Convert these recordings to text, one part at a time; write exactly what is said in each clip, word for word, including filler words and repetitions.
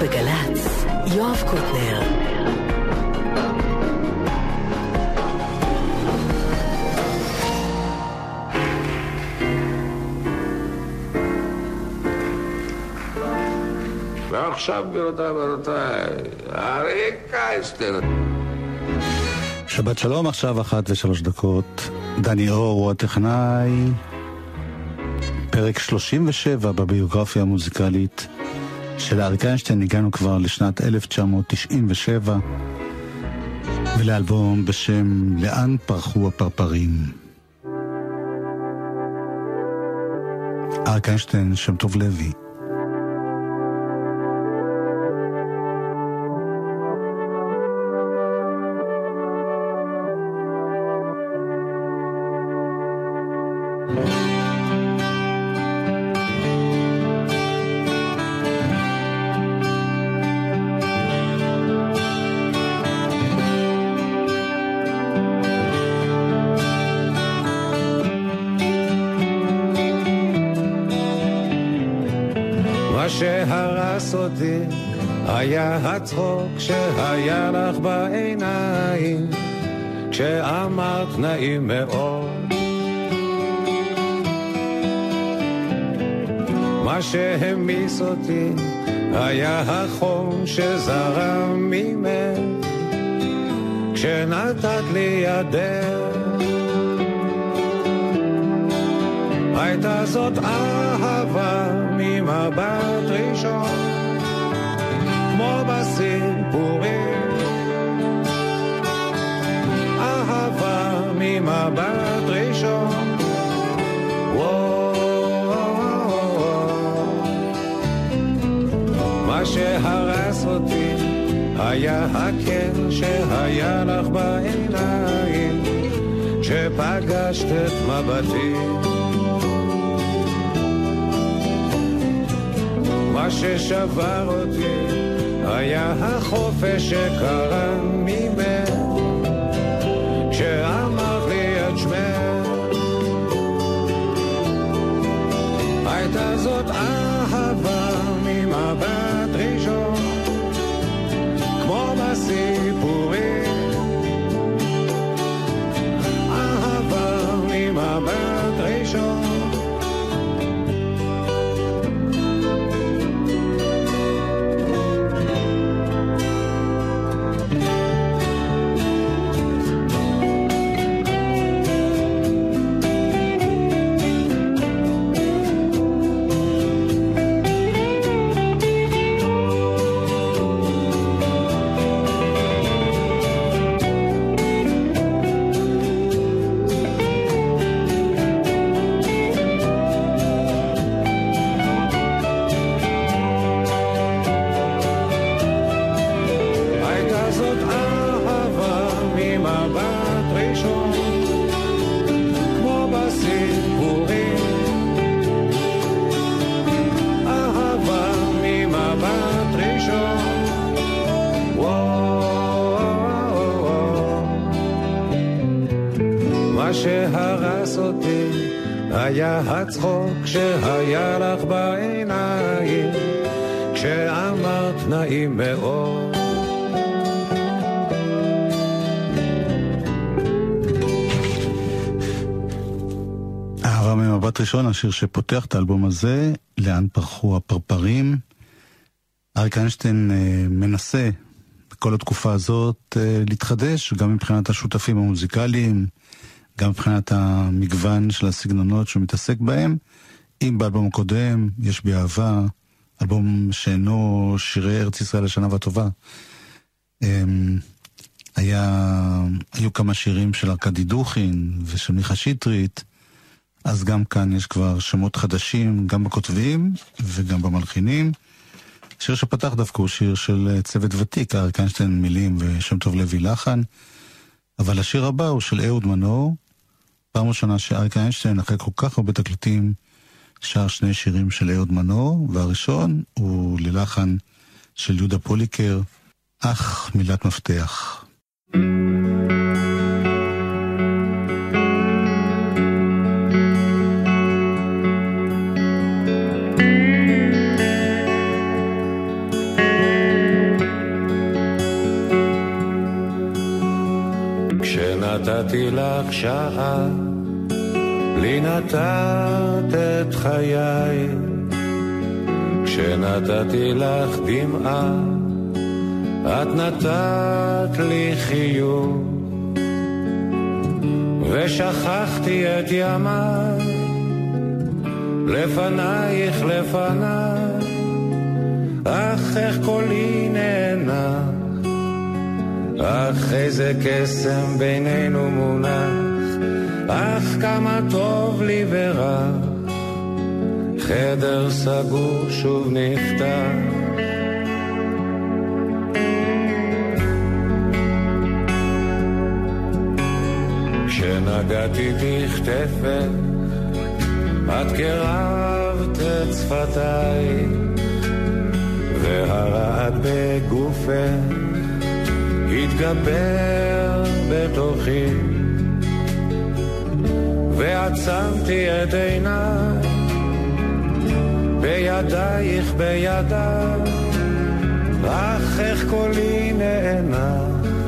בגלץ, יואב קוטנר. ועכשיו גבירותיי ורבותיי, אריק איינשטיין. שבת שלום, עכשיו אחת ושלוש דקות. דני אור הוא הטכנאי. פרק שלושים ושבע בביוגרפיה המוזיקלית של אריק איינשטיין. הגענו כבר לשנת אלף תשע מאות תשעים ושבע ולאלבום בשם לאן פרחו הפרפרים. אריק איינשטיין, שם טוב לוי. שהרס אותי היה הצחוק שהיה לך בעיניים כשאמרת נעים מאוד. מה שהמיס אותי היה החום שזרם ממך כשנתת לי ידך. הייתה זאת אהבה ממבט ראשון כמו בסיפורים, אהבה ממבט ראשון. מה שהרס אותי היה הקר שהיה לך בעיניים כשפגשת את מבטי. מה ששבר אותי היה החופש שקרן ממך כשאמרת לי את שמך. הייתה זאת אהבה ממבט ראשון כמו בסיפורים, אהבה ממבט ראשון. שהרס אותי היה הצחוק שהיה לך בעיניים כשאמרת נעים מאוד. אהבה ממבט ראשון, השיר שפותח את האלבום הזה, לאן פרחו הפרפרים. אריק איינשטיין מנסה בכל התקופה הזאת להתחדש, גם מבחינת השותפים המוזיקליים, גם מבחינת המגוון של הסגנונות שהוא מתעסק בהם. אם באלבום הקודם, יש בי אהבה, אלבום שאינו שירי ארץ ישראל השנה והטובה, היה, היו כמה שירים של ארקדי דוכין ושל מיכה שטרית, אז גם כאן יש כבר שמות חדשים, גם בכותבים וגם במלחינים. שיר שפתח דווקא הוא שיר של צוות ותיק, אריק איינשטיין מילים ושם טוב לוי לחן, אבל השיר הבא הוא של אהוד מנור. פעם ראשונה שאריק איינשטיין אחרי כל כך הרבה תקליטים שר שני שירים של אהוד מנור, והראשון הוא ללחן של יהודה פוליקר, אך מילת מפתח. נתתי לך שעה, לי נתת את חיי, כשנתתי לך דמעה, את נתת לי חיוך, ושכחתי את ימיי, לפנייך לפניי, אך איך קולי נהנה, אך איזה קסם בינינו מונח, אך כמה טוב לי ורח, חדר סגור שוב נפתח. כשנגעתי בכתפך, את קרבת את שפתיי, והרעד בגופך התגבר בתוכי, ועצמתי את עיניי בידייך בידיי, אך איך קולי נהנה,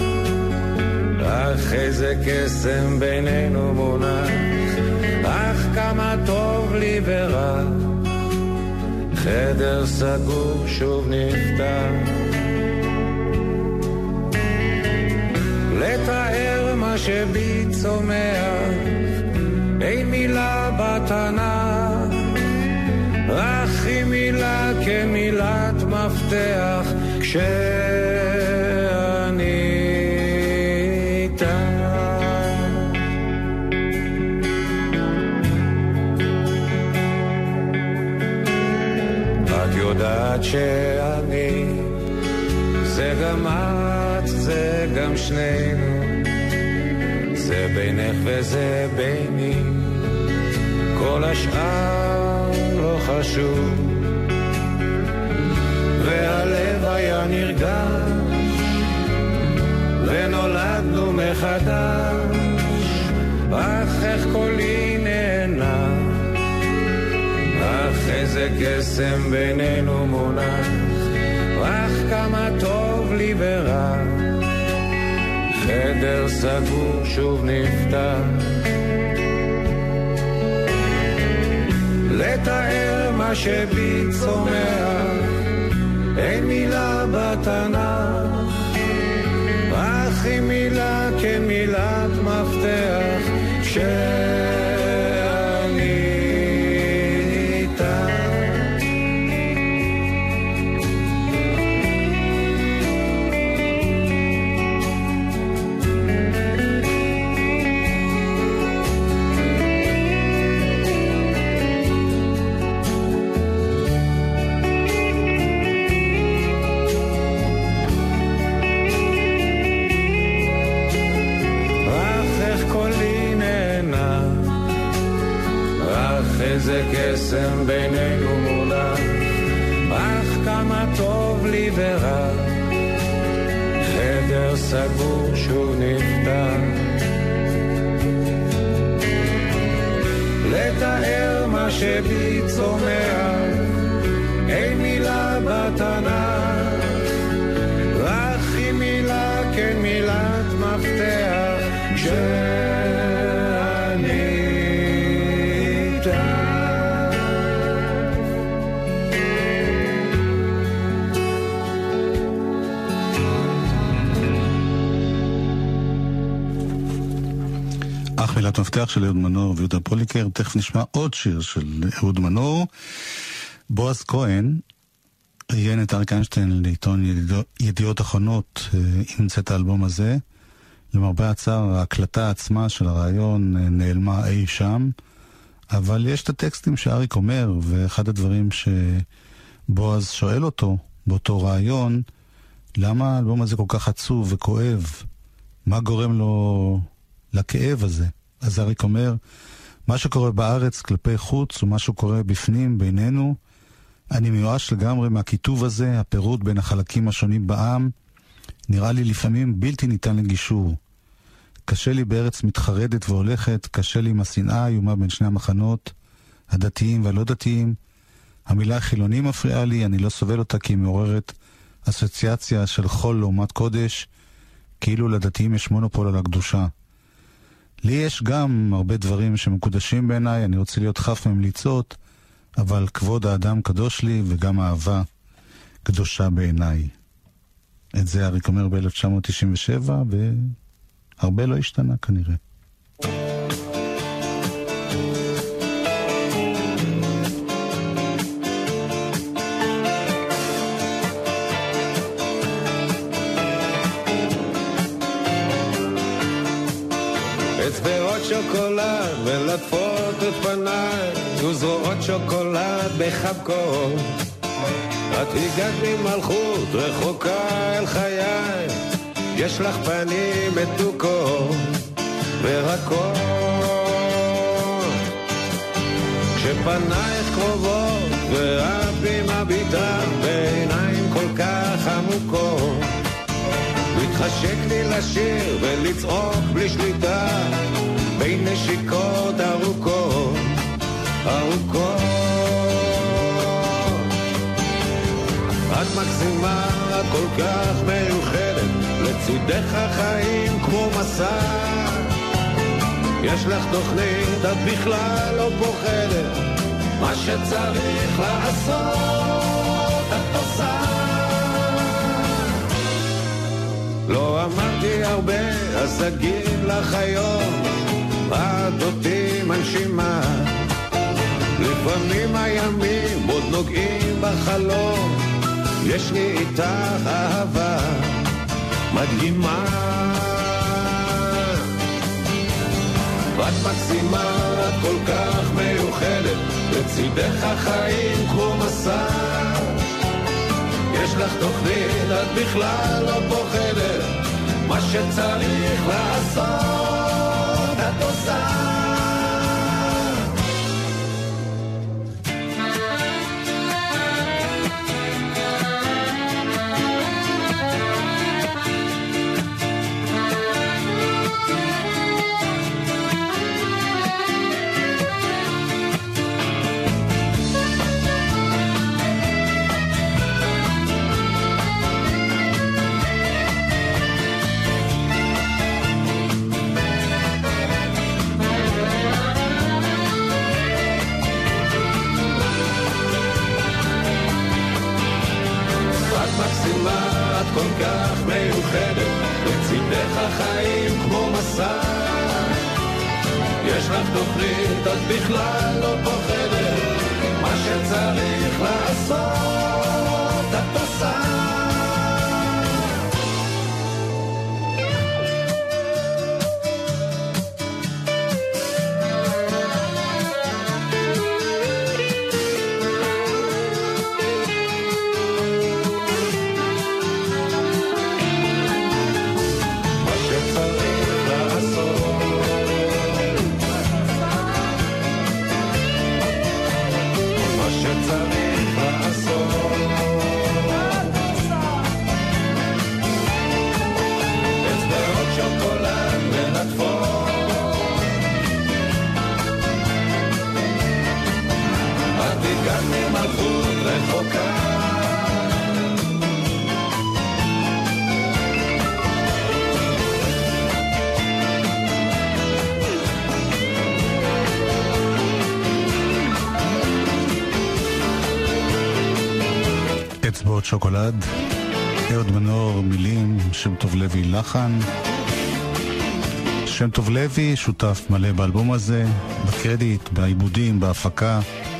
אך איזה קסם בינינו מונח, אך כמה טוב לי ורע, חדר סגור שוב נפתח. לתאר מה שבי צומח, אין מילה בתנ"ך, אך היא מילה כמילת מפתח, כשאני איתך. את יודעת שאני, זה גם את, זה גם שנינו, זה בינך וזה ביני, כל השאר לא חשוב, והלב היה נרגש, ונולדנו מחדש, אך איך קולי נהנה, אך איזה קסם בינינו מונח, אך כמה טוב לי ורע, חדר סגור שוב נפתח. לתאר מה שבי צומח, אין מילה בתנ"ך, אך היא מילה כמילת מפתח, כשאני איתך. איזה קסם בינינו מונח, אך כמה טוב לי ורע, חדר סגור שוב נפתח. לתאר מה שבי צומח, אין מילה בתנ"ך, אך היא מילה כן מילת מפתח, כשאני איתך. אך מילת מפתח של אהוד מנור ויהודה פוליקר. תכף נשמע עוד שיר של אהוד מנור. בועז כהן ראיין את אריק איינשטיין לעיתון ידיעות אחרונות עם צאת האלבום הזה. למרבה הצער, ההקלטה עצמה של הרעיון נעלמה אי שם, אבל יש את הטקסטים שאריק אומר, ואחד הדברים שבועז שואל אותו באותו רעיון, למה האלבום הזה כל כך עצוב וכואב? מה גורם לו לכאב הזה? אז אריק אומר, מה שקורה בארץ כלפי חוץ ומה שקורה בפנים בינינו, אני מיואש לגמרי מהכיתוב הזה, הפירוד בין החלקים השונים בעם, נראה לי לפעמים בלתי ניתן לגישור. קשה לי בארץ מתחרדת והולכת, קשה לי עם השנאה האיומה בין שני המחנות, הדתיים והלא דתיים. המילה חילוני מפריעה לי, אני לא סובל אותה כי היא מעוררת אסוציאציה של חול לעומת קודש, כאילו לדתיים יש מונופול על הקדושה. לי יש גם הרבה דברים שמקודשים בעיניי, אני רוצה להיות חף ממליצות, אבל כבוד האדם קדוש לי וגם אהבה קדושה בעיניי. את זה אריק אומר ב-אלף תשע מאות תשעים ושבע, והרבה לא השתנה כנראה. אצבעות שוקולד ולטפות את פניי וזרועות שוקולד בחבקות את הגעת ממלכות רחוקה אל חיי יש לך פנים מתוקות ורקות כשפנייך קרובות ואבי מביטה בעיניים כל כך עמוקות מתחשק לי לשיר ולצעוק בלי שליטה בין נשיקות ארוכות ארוכות את מקסימה, את כל כך מיוחדת לצידך החיים כמו מסע יש לך תוכנית, את בכלל לא פוחדת מה שצריך לעשות את עושה לא אמרתי הרבה, אז אגיד לך היום את אותי מנשימה לפעמים הימים עוד נוגעים בחלום יש לי איתך אהבה מדהימה את מקסימה, את כל כך מיוחדת לצידך החיים כמו מסע יש לך תוכנית, את בכלל לא פוחדת מה שצריך לעשות את עושה כל כך מיוחדת לצידך החיים כמו מסע יש לך תוכנית את בכלל לא פוחדת מה שצריך לעשות את עושה אצבעות שוקולד, אהוד מנור מילים, שם טוב לוי לחן. שם טוב לוי שותף מלא באלבום הזה, בקרדיט, בעיבודים, בהפקה.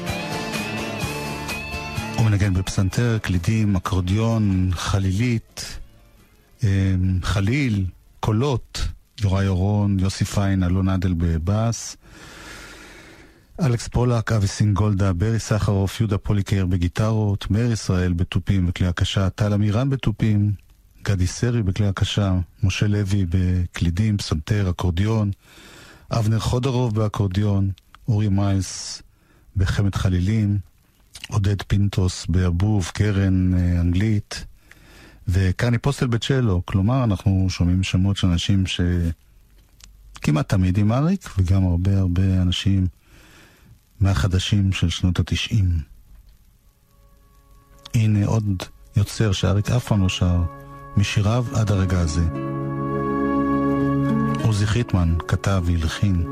הוא מנגן בפסנתר, קלידים, אקורדיון, חלילית, חליל, קולות, יוראי אורון, יוסי פיין, אלון אדל בבאס, אלכס פולק, אבי סינגולדה, ברי סחרוף, יהודה פוליקר בגיטרות, מאיר ישראל בטופים וכלי הקשה, טל אמירן בטופים, גדי סרי בכלי הקשה, משה לוי בקלידים, פסנתר, אקורדיון, אבנר חודרוב באקורדיון, אורי מייס בחמת חלילים, עודד פינטוס באבוב, קרן אנגלית, וקני פוסטל בצ'לו. כלומר, אנחנו שומעים שמות של אנשים שכמעט תמיד עם אריק, וגם הרבה הרבה אנשים מהחדשים של שנות התשעים. הנה עוד יוצר שאריק אף פעם לא שר, משיריו עד הרגע הזה. עוזי חיטמן כתב והלחין.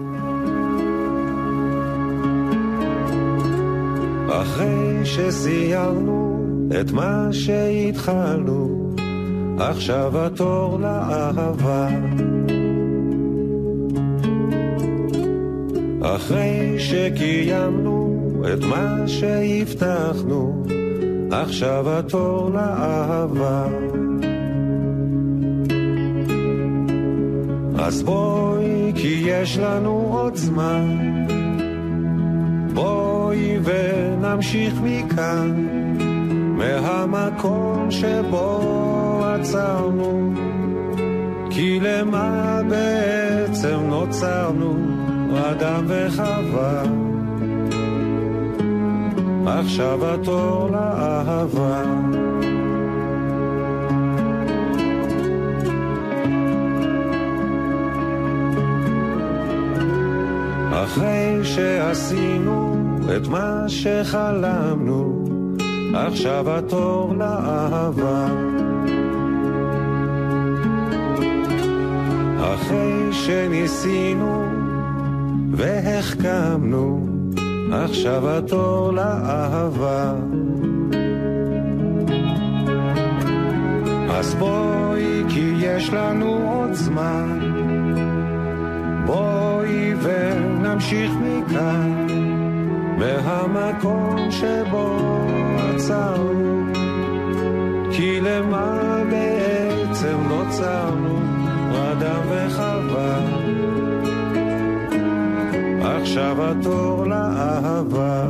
אחרי שסיימנו את מה שהתחלנו, עכשיו התור לאהבה. אחרי שקיימנו את מה שהבטחנו, עכשיו התור לאהבה. אז בואי, כי יש לנו עוד זמן, בואי ונמשיך מכאן, מהמקום שבו עצרנו, כי למה בעצם נוצרנו, אדם וחווה. עכשיו התור לאהבה. אחרי שעשינו את מה שחלמנו, עכשיו התור לאהבה. אחרי שניסינו והחכמנו, עכשיו התור לאהבה. אז בואי, כי יש לנו עוד זמן, בואי ונמשיך מכאן, מהמקום שבו עצרנו, כי למה בעצם נוצרנו, אדם וחווה. עכשיו התור לאהבה.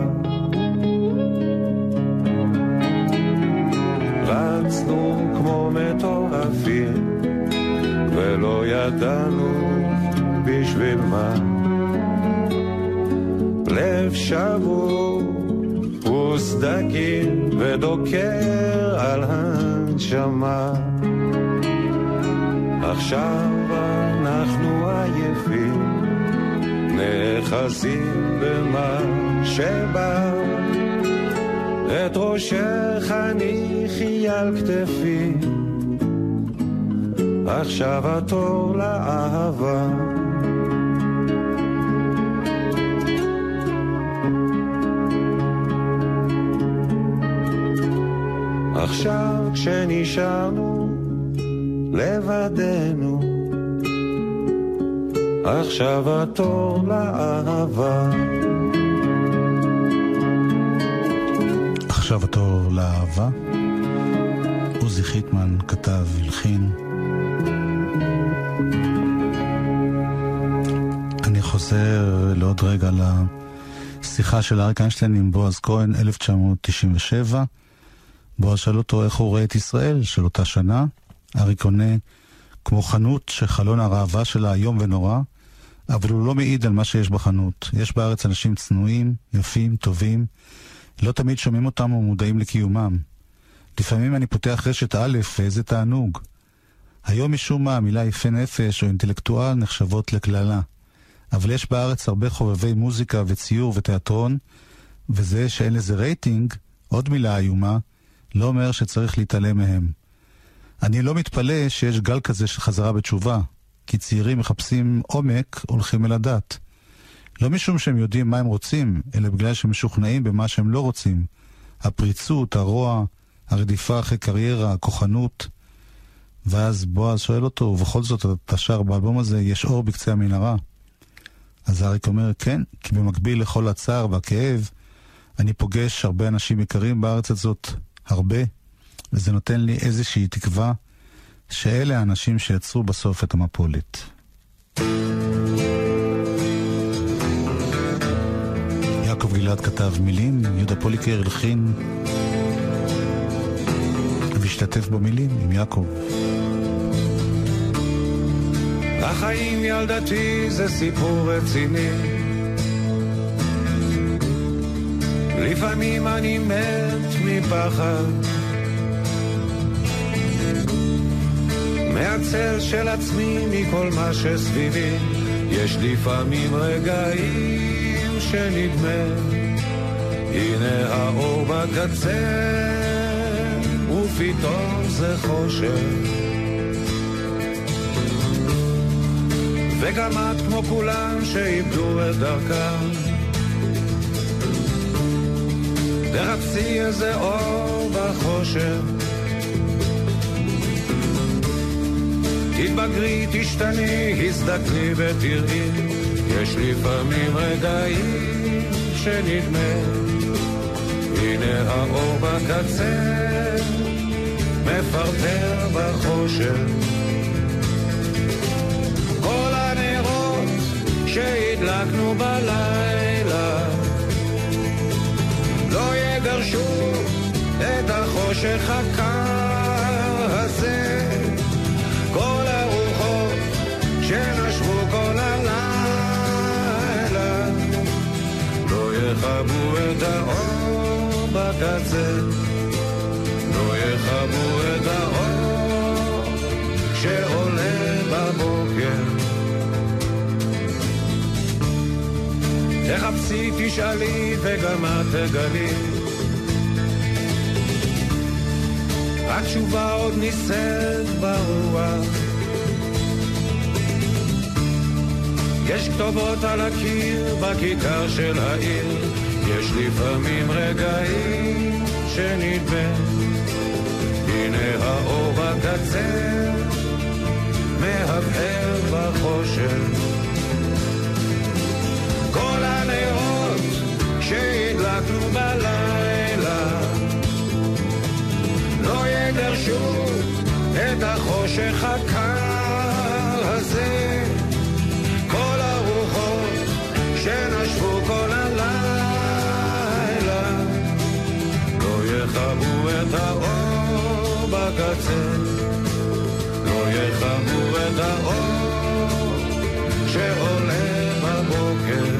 רצנו כמו מטורפים ולא ידענו בשביל מה, לב שבור וסדקים ודוקר על הנשמה. עכשיו אנחנו עייפים, נחזים במה שבא, את ראשך הניחי על כתפי, עכשיו התור לאהבה. עכשיו כשנשארנו לבדנו, עכשיו התור לאהבה. עכשיו התור לאהבה. עוזי חיטמן כתב והלחין. אני חוזר לעוד רגע לשיחה של אריק איינשטיין עם בועז כהן, אלף תשע מאות תשעים ושבע. בועז שאל אותו איך הוא רואה את ישראל של אותה שנה. אריק עונה, כמו חנות שחלון הראווה שלה היום ונורא, אבל הוא לא מעיד על מה שיש בחנות. יש בארץ אנשים צנועים, יפים, טובים, לא תמיד שומעים אותם ומודעים לקיומם. לפעמים אני פותח רשת א' ואיזה תענוג. היום משום מה המילה יפה נפש או אינטלקטואל נחשבות לכללה. אבל יש בארץ הרבה חובבי מוזיקה וציור ותיאטרון, וזה שאין לזה רייטינג, עוד מילה איומה, לא אומר שצריך להתעלם מהם. אני לא מתפלא שיש גל כזה של חזרה בתשובה, כי צעירים מחפשים עומק, הולכים אל הדת. לא משום שהם יודעים מה הם רוצים, אלא בגלל שהם משוכנעים במה שהם לא רוצים. הפריצות, הרוע, הרדיפה אחרי קריירה, הכוחנות. ואז בועז שואל אותו, ובכל זאת אתה שר באלבום הזה, יש אור בקצה המנהרה. אז אריק אומר, כן, כי במקביל לכל הצער והכאב, אני פוגש הרבה אנשים יקרים בארץ הזאת, הרבה, וזה נותן לי איזושהי תקווה שאלה האנשים שיצרו בסוף את המפולת. יעקב גלעד כתב מילים, יהודה פוליקר הלחין והשתתף במילים עם יעקב. החיים ילדתי זה סיפור רציני, לפעמים אני מת מפחד מהצל של עצמי, מכל מה שסביבי. יש לפעמים רגעים שנדמה הנה האור בקצה, ופתאום זה חושך. וגם את כמו כולם שאיבדו את דרכם. תחפשי איזה אור בחושך, תתבגרי, תשתני, הזדקני ותראי, יש לפעמים רגעים שנדמה, הנה האור בקצה, מפרפר בחושך. כל הנרות שהדלקנו בלילה לא יגרשו את החושך הקר הזה. כל הרוחות שנשבו כל הלילה לא יחבו את האור בקצה, לא יחבו את האור שעולה בבוקר. תחפשי, תשאלי וגם את תגלי, התשובה עוד ניסית ברוח. יש כתובות על הקיר בכיכר של העיר, יש לפעמים רגעים שנדמה, הנה האור בקצה מהבהר בחושך. כל הנרות שהדלקנו בלילה לא יגרשו את החושך הקר הזה. כל הרוחות שנשבו כל הלילה לא יחבו את האור בקצה, לא יחבו את האור שעולה בבוקר.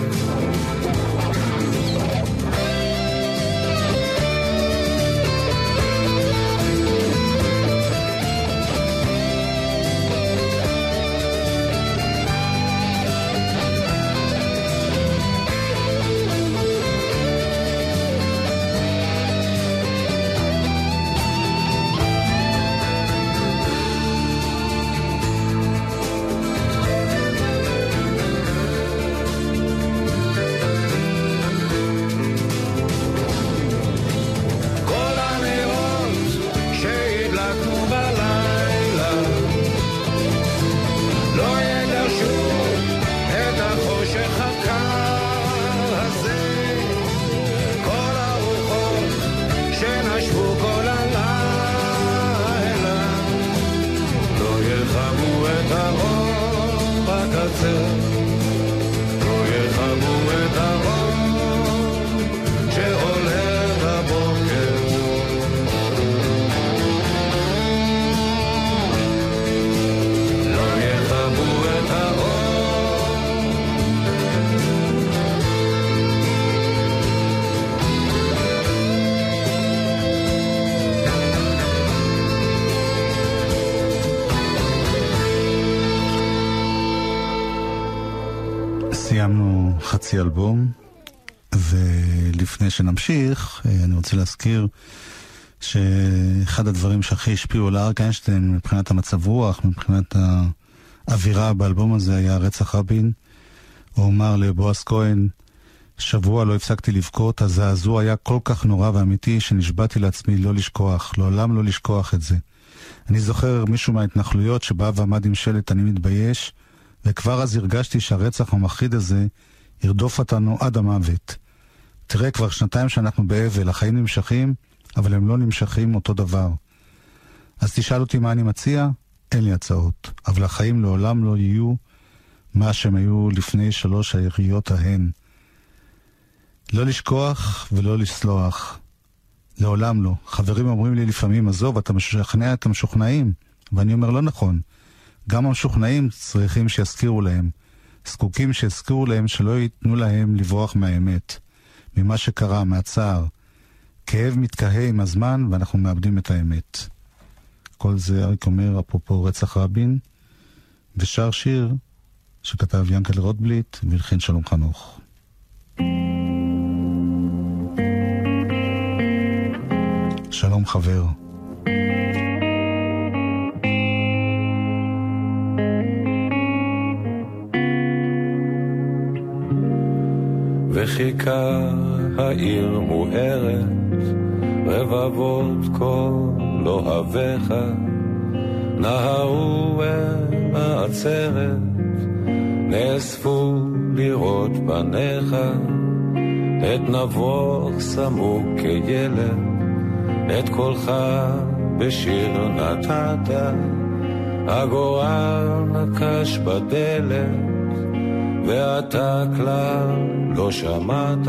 סיימנו חצי אלבום, ולפני שנמשיך אני רוצה להזכיר שאחד הדברים שהכי השפיעו על אריק איינשטיין מבחינת המצב רוח, מבחינת האווירה באלבום הזה, היה רצח רבין. הוא אמר לבועז כהן, שבוע לא הפסקתי לבכות, הזעזוע היה כל כך נורא ואמיתי שנשבעתי לעצמי לא לשכוח, לעולם לא לשכוח את זה. אני זוכר מישהו מההתנחלויות שבא ועמד עם שלט אני מתבייש, וכבר אז הרגשתי שהרצח המחריד הזה ירדוף אותנו עד המוות. תראה, כבר שנתיים שאנחנו באבל, החיים נמשכים, אבל הם לא נמשכים אותו דבר. אז תשאל אותי מה אני מציע? אין לי הצעות. אבל החיים לעולם לא יהיו מה שהם היו לפני שלוש היריות ההן. לא לשכוח ולא לסלוח. לעולם לא. חברים אומרים לי לפעמים, עזוב, אתה משכנע את המשוכנעים. ואני אומר, לא נכון. גם המשוכנעים צריכים שיזכירו להם. זקוקים שיזכירו להם שלא ייתנו להם לברוח מהאמת. ממה שקרה, מהצער. כאב מתקהה עם הזמן ואנחנו מאבדים את האמת. כל זה אריק אומר אפרופו רצח רבין, ושר שיר שכתב ינקל רוטבליט והלחין שלום חנוך. שלום חבר. בכיכר העיר מוארת, רבבות כל אוהביך נהרו אל העצרת, נאספו לראות פניך, את נבוך סמוק כילד, את קולך בשיר נתת, הגורל נקש בדלת, ואתה כלל לא שמעת.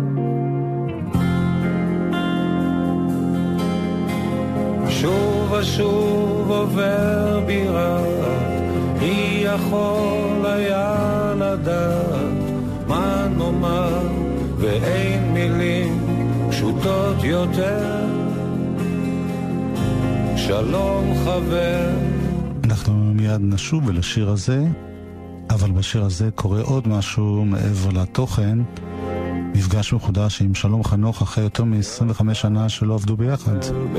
שוב ושוב עובר בירה, מי יכול היה לדעת מה נאמר, ואין מילים פשוטות יותר. שלום חבר. אנחנו מיד נשוב אל השיר הזה, אבל בשיר הזה קורה עוד משהו מעבר לתוכן. מפגש מחודש עם שלום חנוך אחרי יותר מ-עשרים וחמש שנה שלא עבדו ביחד.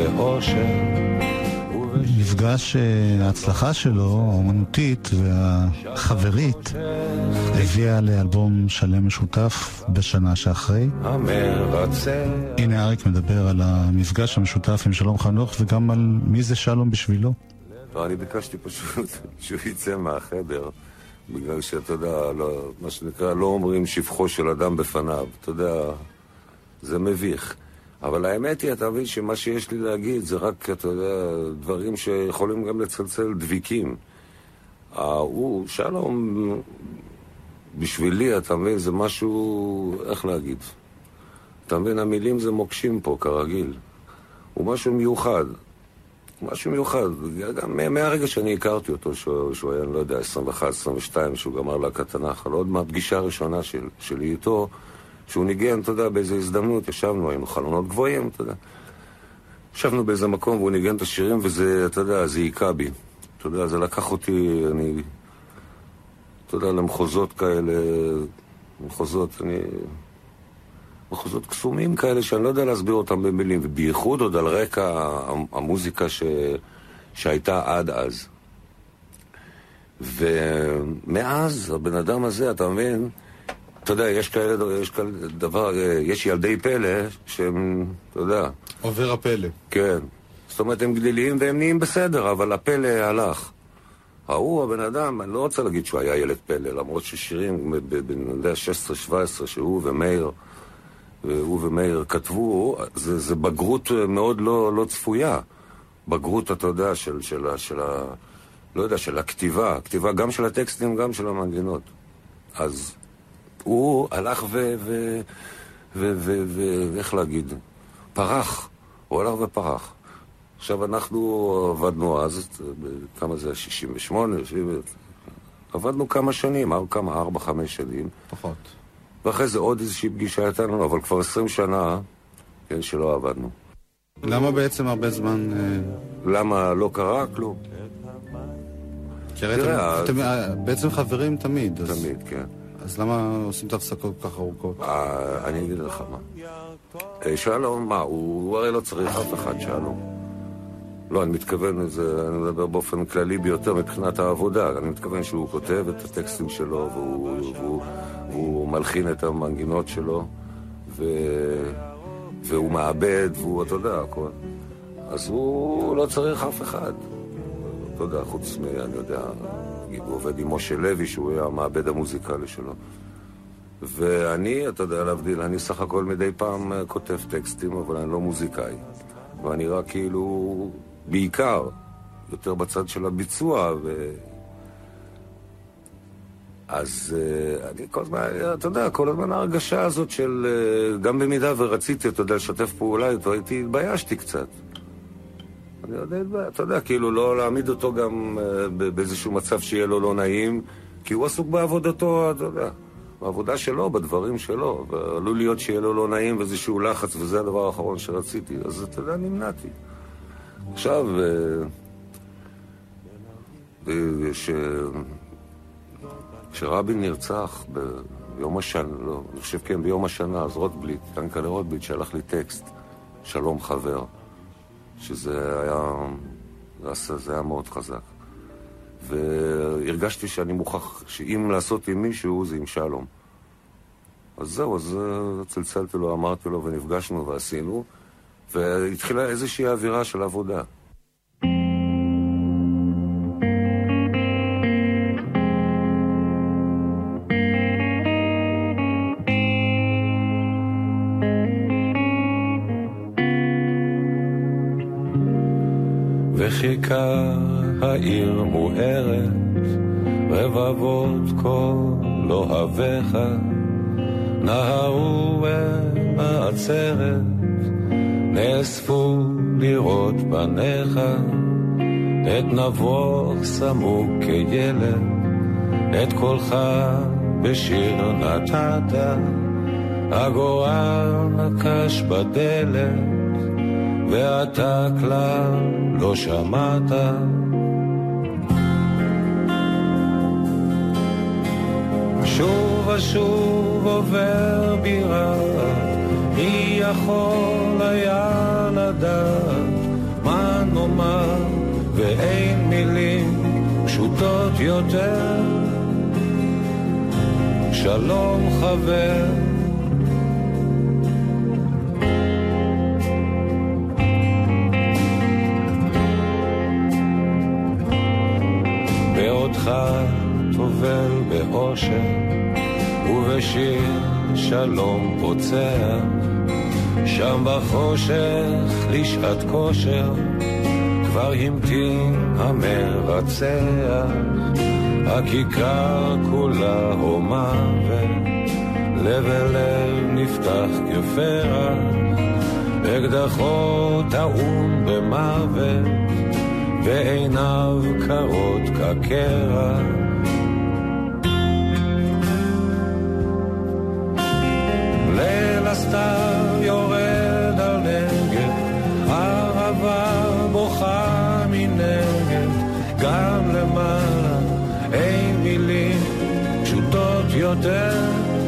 מפגש ההצלחה שלו, האומנותית והחברית, הביאה לאלבום שלם משותף בשנה שאחרי. הנה אריק מדבר על המפגש המשותף עם שלום חנוך וגם על מי זה שלום בשבילו. לא, אני ביקשתי פשוט שהוא יצא מהחדר, בגלל שאתה יודע, לא, מה שנקרא, לא אומרים שבחו של אדם בפניו, אתה יודע, זה מביך. אבל האמת היא, אתה מבין שמה שיש לי להגיד זה רק, אתה יודע, דברים שיכולים גם לצלצל דביקים. הוא, שלום, בשבילי, אתה מבין, זה משהו, איך להגיד? אתה מבין, המילים זה מוקשים פה, כרגיל. הוא משהו מיוחד. משהו מיוחד. גם מהרגע שאני הכרתי אותו, שהוא, שהוא היה, לא יודע, עשרים ואחת עשרים ושתיים, שהוא גמר להקת הנחל, עוד מהפגישה הראשונה של, שלי איתו, שהוא ניגן, אתה יודע, באיזו הזדמנות, ישבנו, היינו חלונות גבוהים, אתה יודע. ישבנו באיזה מקום והוא ניגן את השירים, וזה, אתה יודע, זה עיקה בי. אתה יודע, זה לקח אותי, אני, אתה יודע, למחוזות כאלה, מחוזות, אני, מחוזות קסומים כאלה, שאני לא יודע להסביר אותם במילים, ובייחוד עוד על רקע המוזיקה ש, שהייתה עד אז. ומאז, הבן אדם הזה, אתה מבין, אתה יודע, יש כאלה, יש כאלה דבר, יש ילדי פלא שהם, אתה יודע... עובר הפלא. כן. זאת אומרת, הם גדלים והם נהיים בסדר, אבל הפלא הלך. ההוא, הבן אדם, אני לא רוצה להגיד שהוא היה ילד פלא, למרות ששירים, ב-שש עשרה שבע עשרה, שהוא ומאיר, הוא ומאיר כתבו, זה, זה בגרות מאוד לא, לא צפויה. בגרות, אתה יודע, של, של, של ה... לא יודע, של הכתיבה. הכתיבה גם של הטקסטים, גם של המנגינות. אז... הוא הלך ו... ו... ו... ו... ו... איך להגיד? פרח. הוא הלך ופרח. עכשיו אנחנו עבדנו אז, כמה זה? שישים ושמונה? עבדנו כמה שנים, כמה? ארבע, חמש שנים. פחות. ואחרי זה עוד איזושהי פגישה הייתה לנו, אבל כבר עשרים שנה, כן, שלא עבדנו. למה בעצם הרבה זמן... למה לא קרה? כלום. תראה, אתם בעצם חברים תמיד. תמיד, כן. אז למה עושים את ההפסקות כך ארוכות? אני אגיד לך מה. שלום, מה? הוא הרי לא צריך אף אחד, שלום. לא, אני מתכוון, אני מדבר באופן כללי ביותר מבחינת העבודה. אני מתכוון שהוא כותב את הטקסטים שלו, והוא מלחין את המנגינות שלו, והוא מעבד, והוא, אתה יודע, הכל. אז הוא לא צריך אף אחד. אתה יודע, חוץ מ... אני יודע... הוא עובד עם משה לוי, שהוא היה המעבד המוזיקלי שלו. ואני, אתה יודע להבדיל, אני סך הכל מדי פעם כותב טקסטים, אבל אני לא מוזיקאי. ואני רק כאילו, בעיקר, יותר בצד של הביצוע, ו... אז אני כל הזמן, אתה יודע, כל הזמן ההרגשה הזאת של, גם במידה ורציתי, אתה יודע, לשתף פעולה, הייתי, התביישתי קצת. אני יודע, אתה יודע, כאילו לא להעמיד אותו גם באיזשהו מצב שיהיה לו לא נעים, כי הוא עסוק בעבודתו, אתה יודע, בעבודה שלו, בדברים שלו, ועלול להיות שיהיה לו לא נעים ואיזשהו לחץ, וזה הדבר האחרון שרציתי, אז אתה יודע, נמנעתי. עכשיו, ש... כשרבין נרצח ביום השנה, לא, אני חושב כן, ביום השנה, אז רוטבליט, ינקלה רוטבליט, שלח לי טקסט, שלום חבר. שזה היה, זה היה מאוד חזק. והרגשתי שאני מוכרח, שאם לעשות עם מישהו, זה עם שלום. אז זהו, אז צלצלתי לו, אמרתי לו, ונפגשנו ועשינו, והתחילה איזושהי אווירה של עבודה. וחיכה העיר מוארת, רבבות כל אוהביך, נהרו אל העצרת, נאספו לראות פניך, את נבוך סמוק כילד, את קולך בשיר נתת, הגורל נקש בדלת, ואתה כלל לא שמעת. שוב ושוב עובר בירת, מי יכול היה לדעת מה נאמר, ואין מילים פשוטות יותר. שלום חבר, בעודך תובל באושר, ובשיר שלום פוצע, שם בחושך לשעת כושר, כבר המתין המרצח. הכיכר כולה הומה, ולב אל לב נפתח כפרח, אקדחו טעון במוות, ועיניו קרות כקרח. ליל הסתיו יורד על נגב, ערבה בוכה מנגד, גם למעלה אין מילים פשוטות יותר.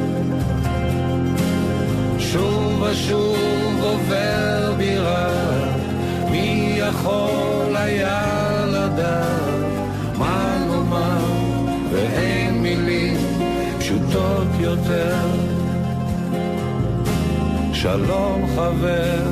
שוב ושוב עובר בירה, מי יכול היה לדעת מה נאמר, ואין מילים פשוטות יותר. שלום חבר,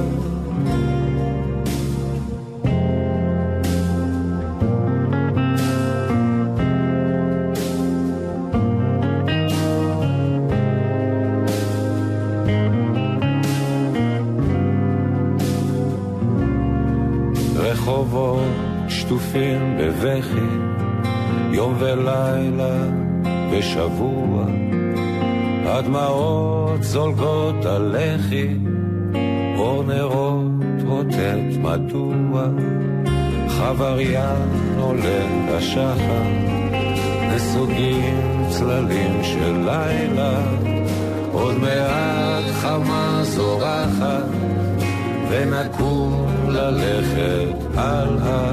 רחובות שטופים בבכי, יום ולילה ושבוע, הדמעות זולגות על לחי, אור נרות רוטט מדוע, חבריין עולה השחר, נסוגים צללים של לילה, עוד מעט חמה זורחת, ונקום ללכת על ה...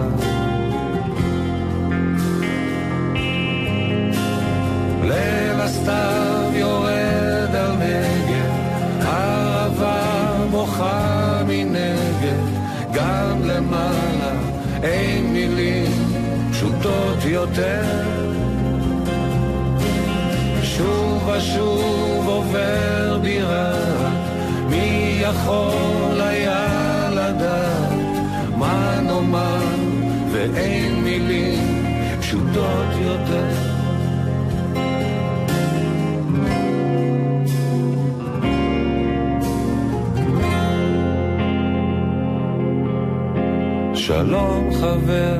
ליל הסתיו יורד על נגב, ערבה בוכה מנגד, גם למעלה אין מילים פשוטות יותר. שוב ושוב עובר בירה, מי יכול היה לדעת מה נאמר, ואין מילים פשוטות יותר. שלום חבר,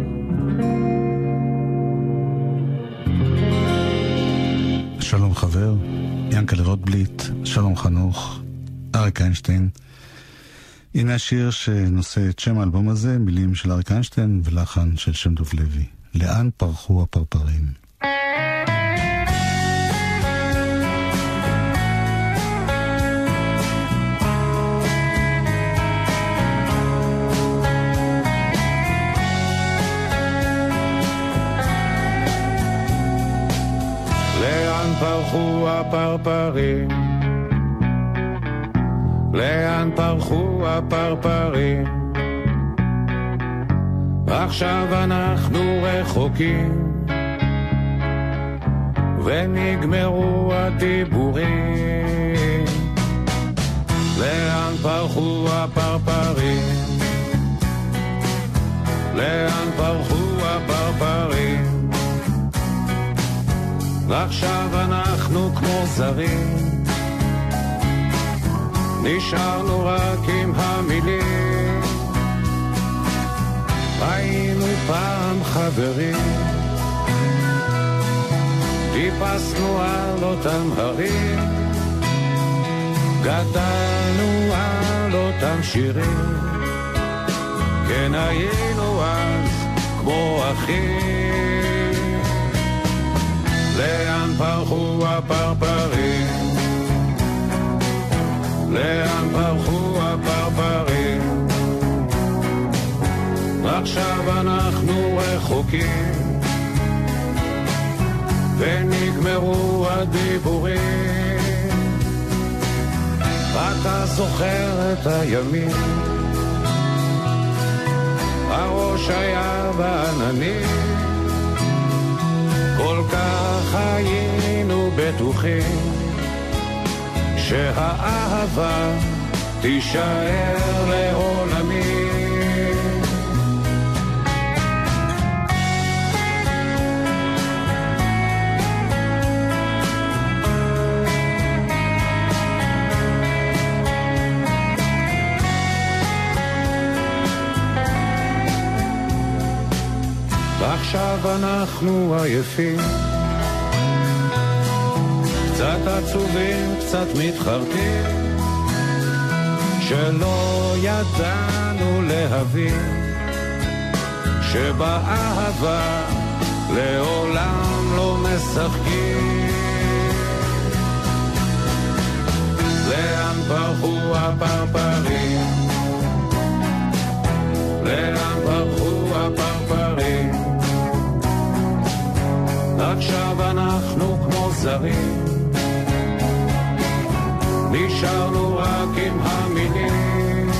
שלום חבר, ינקלה רוטבליט, שלום חנוך, אריק איינשטיין. הנה השיר שנושא את שם האלבום הזה, מילים של אריק איינשטיין ולחן של שם דוב לוי. לאן פרחו הפרפרים? לאן פרחו הפרפרים? לאן פרחו הפרפרים? עכשיו אנחנו רחוקים ונגמרו הדיבורים. לאן פרחו הפרפרים, לאן פרחו הפרפרים, עכשיו אנחנו כמו זרים, נשארנו רק עם המילים, היינו פעם חברים, טיפסנו על אותם הרים, גדלנו על אותם שירים, כן היינו אז כמו אחים. לאן פרחו הפרפרים, לאן פרחו הפרפרים, עכשיו אנחנו רחוקים, ונגמרו הדיבורים, אתה זוכר את הימים, הראש היה בעננים, כל כך היינו בטוחים שהאהבה תישאר לעולמי. עכשיו אנחנו עייפים, קצת עצובים, קצת מתחרטים, שלא ידענו להבין שבאהבה לעולם לא משחקים. לאן פרחו הפרפרים, לאן פרחו הפרפרים, עכשיו אנחנו כמו זרים, נשארנו רק עם המילים,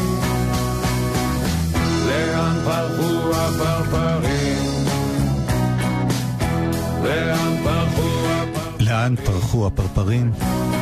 לאן פרחו הפרפרים, לאן פרחו הפרפרים, לאן פרחו הפרפרים,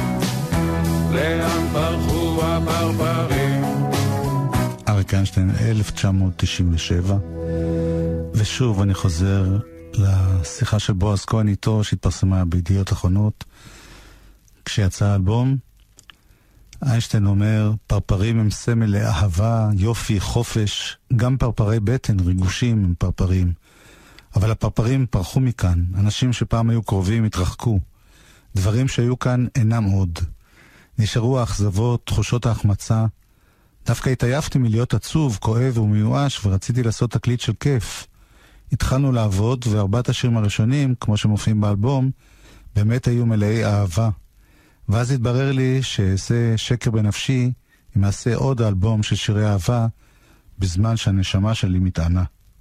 לאן פרחו הפרפרים. אריק איינשטיין, אלף תשע מאות תשעים ושבע. ושוב אני חוזר לשיחה של בועז כהן איתו, שהתפרסמה בידיעות אחרונות כשיצא האלבום. איינשטיין אומר, פרפרים הם סמל לאהבה, יופי, חופש, גם פרפרי בטן, ריגושים הם פרפרים. אבל הפרפרים פרחו מכאן, אנשים שפעם היו קרובים התרחקו. דברים שהיו כאן אינם עוד. נשארו האכזבות, תחושות ההחמצה. דווקא התעייפתי מלהיות עצוב, כואב ומיואש, ורציתי לעשות תקליט של כיף. התחלנו לעבוד, וארבעת השירים הראשונים, כמו שמופיעים באלבום, באמת היו מלאי אהבה. ואז התברר לי שאעשה שקר בנפשי, אם אעשה עוד אלבום של שירי אהבה, בזמן שהנשמה שלי מתענה.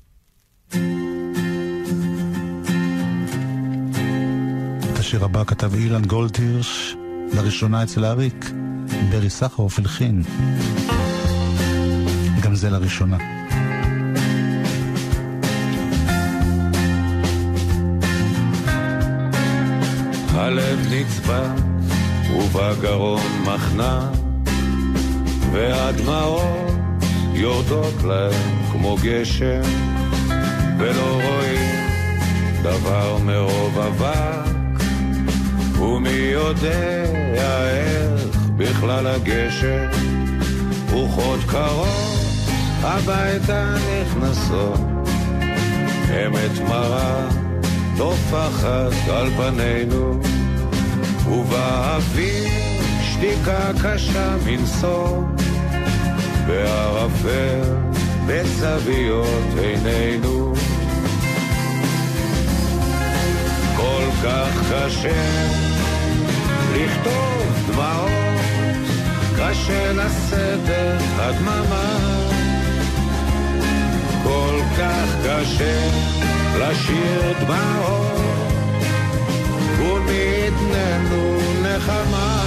את השיר הבא כתב אילן גולדהירש, לראשונה אצל אריק, ברי סחרוף הלחין. גם זה לראשונה. הלב נצבע ובגרון מחנה, והדמעות יורדות להם כמו גשם, ולא רואים דבר מרוב אבק, ומי יודע איך בכלל הגשם. רוחות קרות הביתה נכנסות, אמת מרה תופחת על פנינו, ובאוויר שתיקה קשה מנסור, בערפל בצביות עינינו. כל כך קשה לכתוב דמעות, קשה לשאת הדממה, כל כך קשה לשיר דמעות, וניתננו נחמה.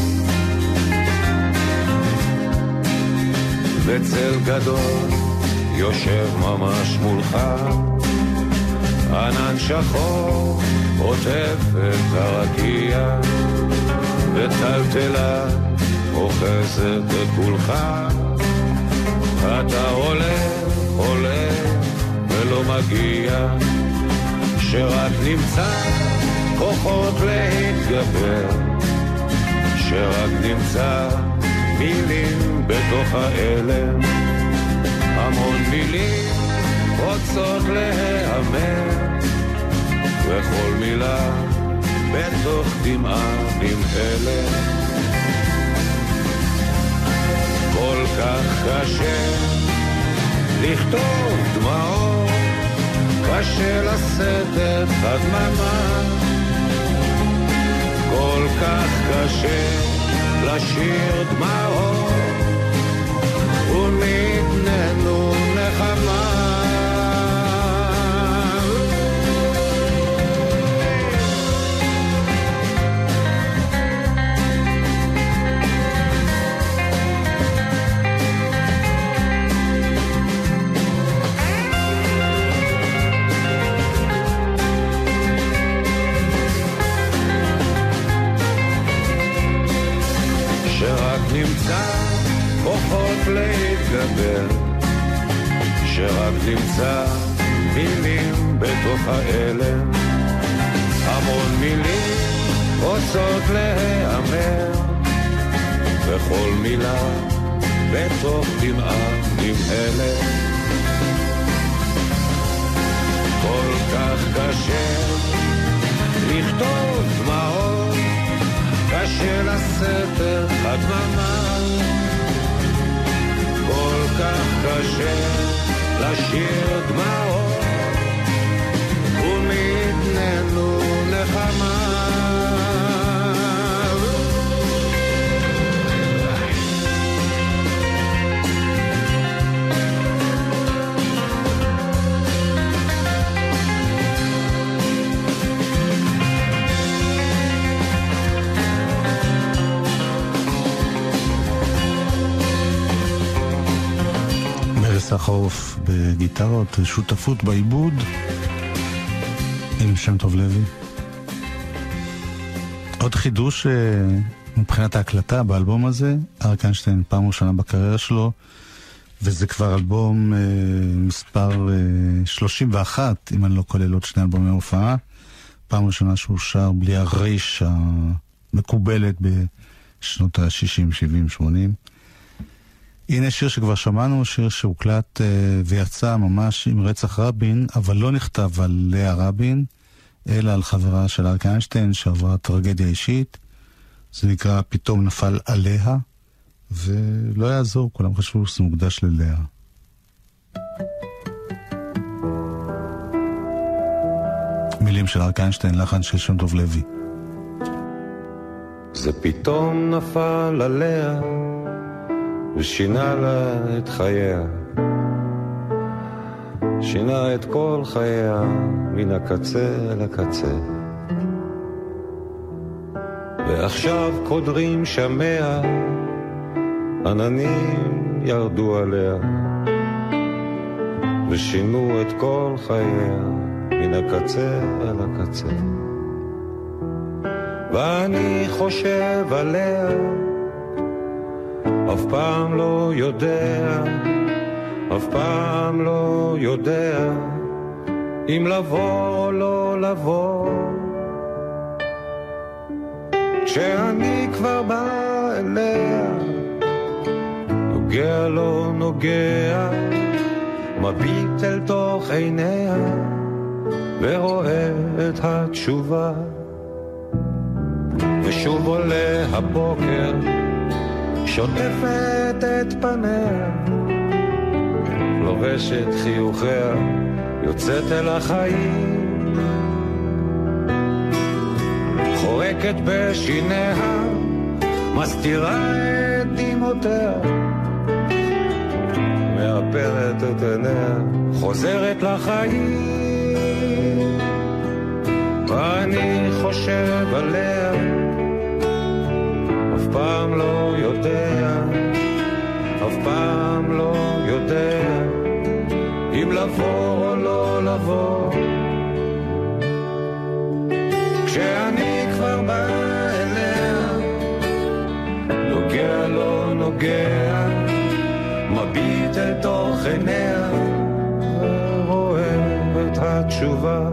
בצל גדול יושב ממש מולך, ענן שחור עוטף את הרקיע, וטלטלה אוחזת את כולך. אתה הולך, הולך ולא מגיע, שרק נמצא כוחות להתגבר, שרק נמצא מילים בתוך האלם, המון מילים רוצות להיאמר, וכל מילה בתוך דמעה נמהלת. כל כך קשה לכתוב דמעות, קשה לשאת את הדממה, כל כך קשה לשיר דמעות ונתננו נחמה. נמצא כוחות להתגבר, שרק נמצא מילים בתוך האלם, המון מילים רוצות להיאמר, וכל מילה בתוך דמעה נמהלת. כל כך קשה לכתוב דמעות, קשה לשאת את הדממה, כל כך קשה לשיר דמעות ומתננו נחמה. סחרוף בגיטרות, שותפות בעיבוד עם שם טוב לוי. עוד חידוש מבחינת ההקלטה באלבום הזה, אריק איינשטיין פעם ראשונה בקריירה שלו, וזה כבר אלבום מספר שלושים ואחת, אם אני לא כולל עוד שני אלבומי הופעה, פעם ראשונה שהוא שר בלי הריש המקובלת בשנות ה-שישים, שבעים, שמונים. הנה שיר שכבר שמענו, שיר שהוקלט אה, ויצא ממש עם רצח רבין, אבל לא נכתב על לאה רבין, אלא על חברה של אריק איינשטיין שעברה טרגדיה אישית. זה נקרא פתאום נפל עליה, ולא יעזור, כולם חשבו שזה מוקדש ללאה. מילים של אריק איינשטיין, לחן של שם טוב לוי. זה פתאום נפל עליה ושינה לה את חייה, שינה את כל חייה מן הקצה אל הקצה, ועכשיו קודרים שמע, עננים ירדו עליה ושינו את כל חייה מן הקצה אל הקצה. ואני חושב עליה, אף פעם לא יודע, אף פעם לא יודע אם לבוא או לא לבוא. כשאני כבר בא אליה, נוגע לא נוגע, מביט אל תוך עיניה ורואה את התשובה. ושוב עולה הבוקר, שוטפת את פניה, לובשת חיוכיה, יוצאת אל החיים, חורקת בשיניה, מסתירה את דמעותיה, מאפרת את עיניה, חוזרת לחיים. ואני חושב עליה, אף פעם לא יודע, אף פעם לא יודע לבוא או לא לבוא. כשאני כבר בא אליה, נוגע לא נוגע, מביט אל תוך עיניה, ורואה את התשובה.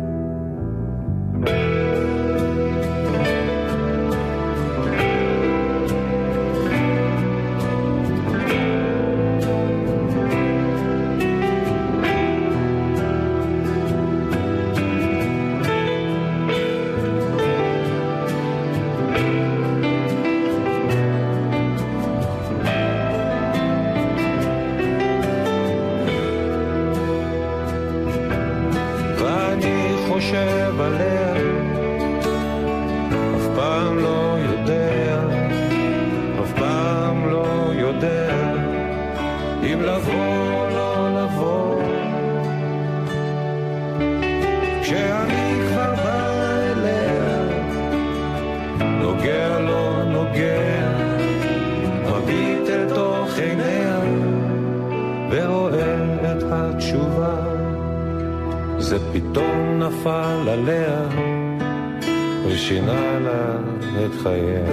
חושב עליה, אף פעם לא יודע, אף פעם לא יודע, אם לבוא או לא לבוא. כשאני כבר בא אליה, נוגע לא נוגע, מביט אל תוך עיניה, ורואה את התשובה. זה פתאום נפל עליה ושינה לה את חייה,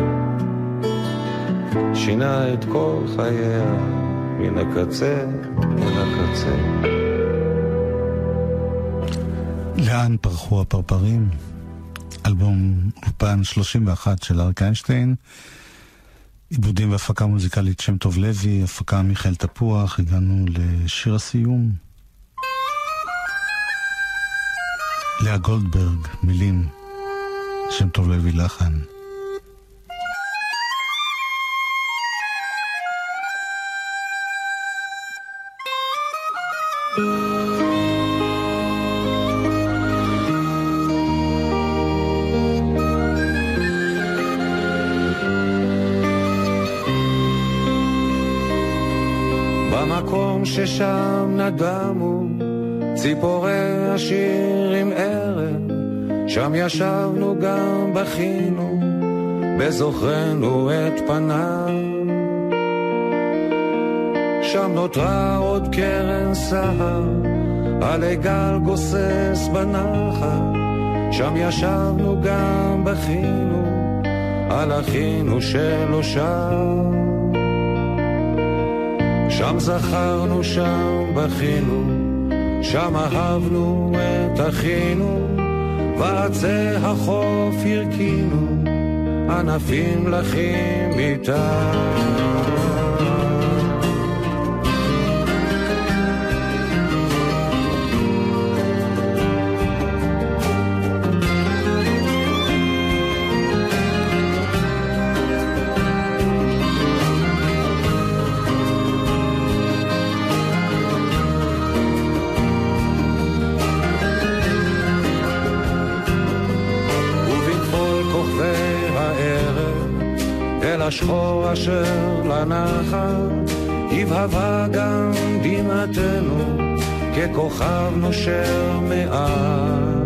שינה את כל חייה מן הקצה אל הקצה. לאן פרחו הפרפרים? אלבום אולפן שלושים ואחת של אריק איינשטיין, עיבודים והפקה מוזיקלית שם טוב לוי, הפקה מיכאל תפוח. הגענו לשיר הסיום. לאה גולדברג, מילים, שם טוב לוי לחן. במקום ששם נדמו ציפורי השיר עם ערב, שם ישבנו גם בכינו, בזוכרנו את פניו. שם נותרה עוד קרן סהר, עלי גל גוסס בנחל, שם ישבנו גם בכינו, על אחינו שלא שם. שם זכרנו, שם בכינו, שם אהבנו את אחינו, ועצי החוף הרקינו, ענפים לחים איתה. השחור אשר לנחל הבהבה גם דמעתנו ככוכב נושר מעט.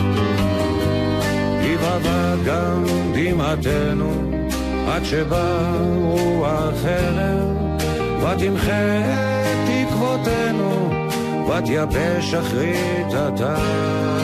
הבהבה גם דמעתנו עד שבא רוח חרב ותמחה את תקוותינו ותייבש אחרית הטעם.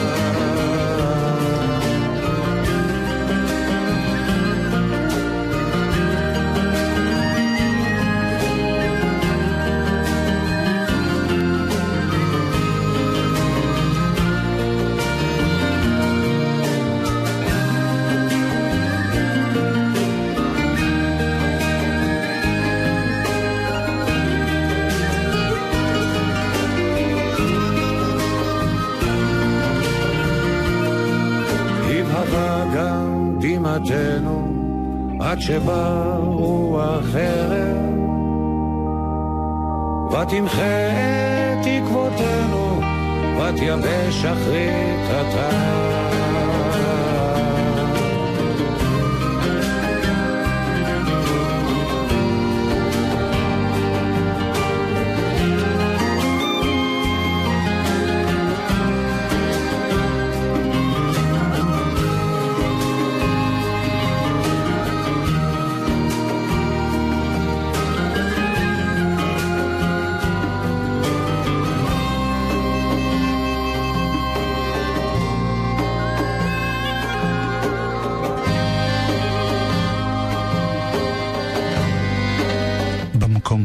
עד שבא רוח חרב ותמחה את תקוותינו ותייבש אחרית הטעם.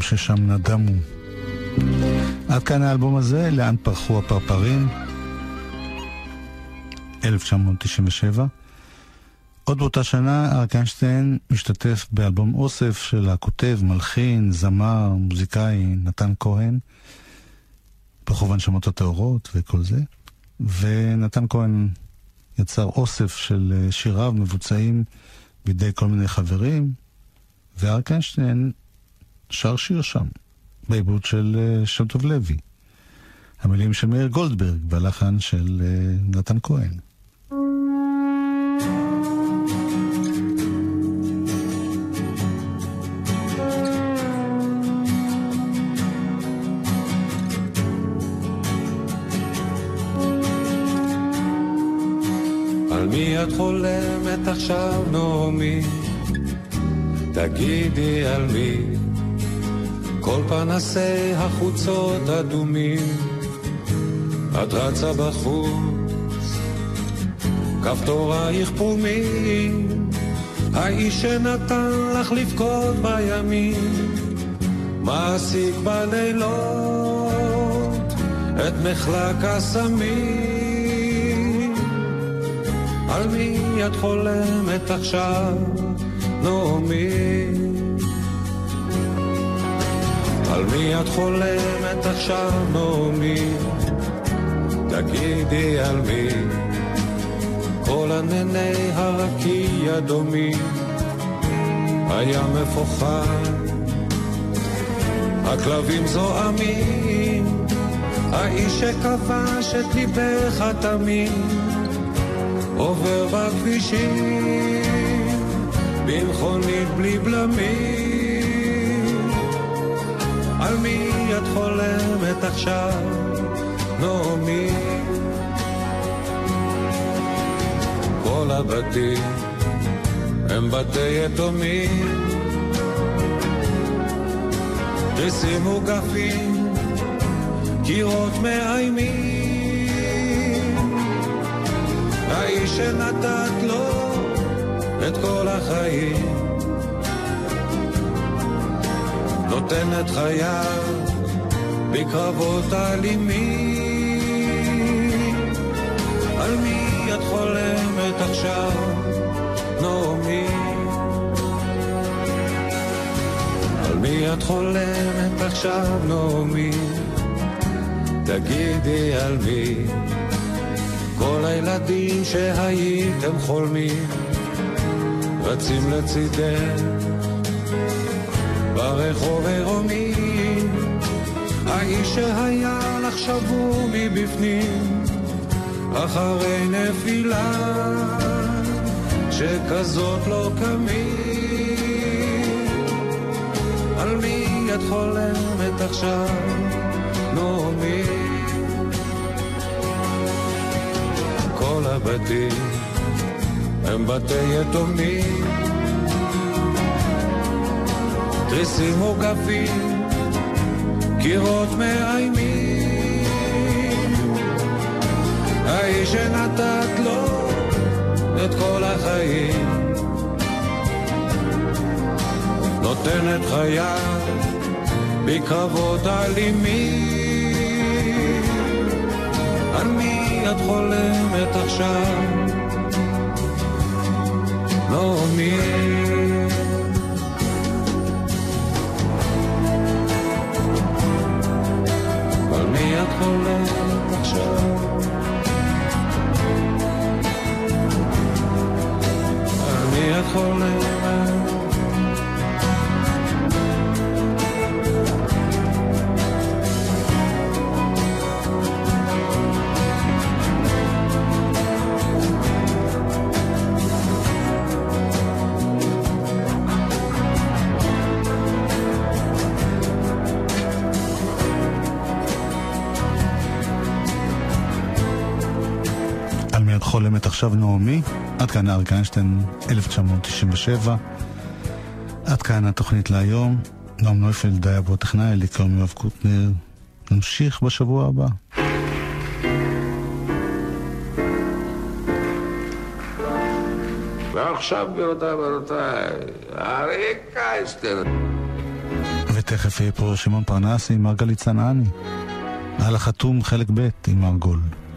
ששם נדמו. עד כאן האלבום הזה, לאן פרחו הפרפרים, אלף תשע מאות תשעים ושבע. עוד באותה שנה אריק איינשטיין משתתף באלבום אוסף של הכותב, מלחין, זמר, מוזיקאי נתן כהן, בכוון שמות הטהורות וכל זה. ונתן כהן יצר אוסף של שיריו מבוצעים בידי כל מיני חברים, ואריק איינשטיין שר שיר שם, בעיבוד של שם טוב לוי. המילים של מאיר גולדברג והלחן של נתן כהן. על מי את חולמת עכשיו נעמי? תגידי על מי? כל פנסי החוצות אדומים, את רצה בחוץ, כפתורייך פרומים, האיש שנתן לך לבכות בימים, מעסיק בלילות את מחלק הסמים. על מי את חולמת עכשיו נעמי? על מי את חולמת עכשיו נעמי? תגידי על מי? כל ענני הרקיע דומים, הים מפוחד, הכלבים זועמים, האיש שכבש את ליבך תמיד עובר בכבישים במכונית בלי בלמים. על מי את חולמת עכשיו נעמי? כל הבתים הם בתי יתומים, תריסים וגפים, קירות מאיימים, האיש שנתת לו את כל החיים נותן את חייו בקרבות אלימים. על מי את חולמת עכשיו נעמי? על מי את חולמת עכשיו נעמי? תגידי על מי? כל הילדים שהייתם חולמים רצים לצידך ברחוב עירומים, האיש שהיה לך שבור מבפנים אחרי נפילה שכזאת לא קמים. על מי את חולמת עכשיו נעמי? כל הבתים הם בתי יתומים, תריסים וגפים, קירות מאיימים, האיש שנתת לו את כל החיים נותן את חייו בקרבות אלימים. על מי את חולמת עכשיו נעמי? על מי את חולמת עכשיו? על מי את חולמת? חולמת עכשיו נעמי. עד כאן אריק איינשטיין, אלף תשע מאות תשעים ושבע. עד כאן התוכנית להיום. נועם נויפלד היה בו טכנאי, לי קוראים יואב קוטנר. נמשיך בשבוע הבא. ועכשיו גבירותיי ורבותיי, אריק איינשטיין. תכף יהיה פה שמעון פרנס עם מרגלית צנעני. על החתום חלק ב' עם מרגול.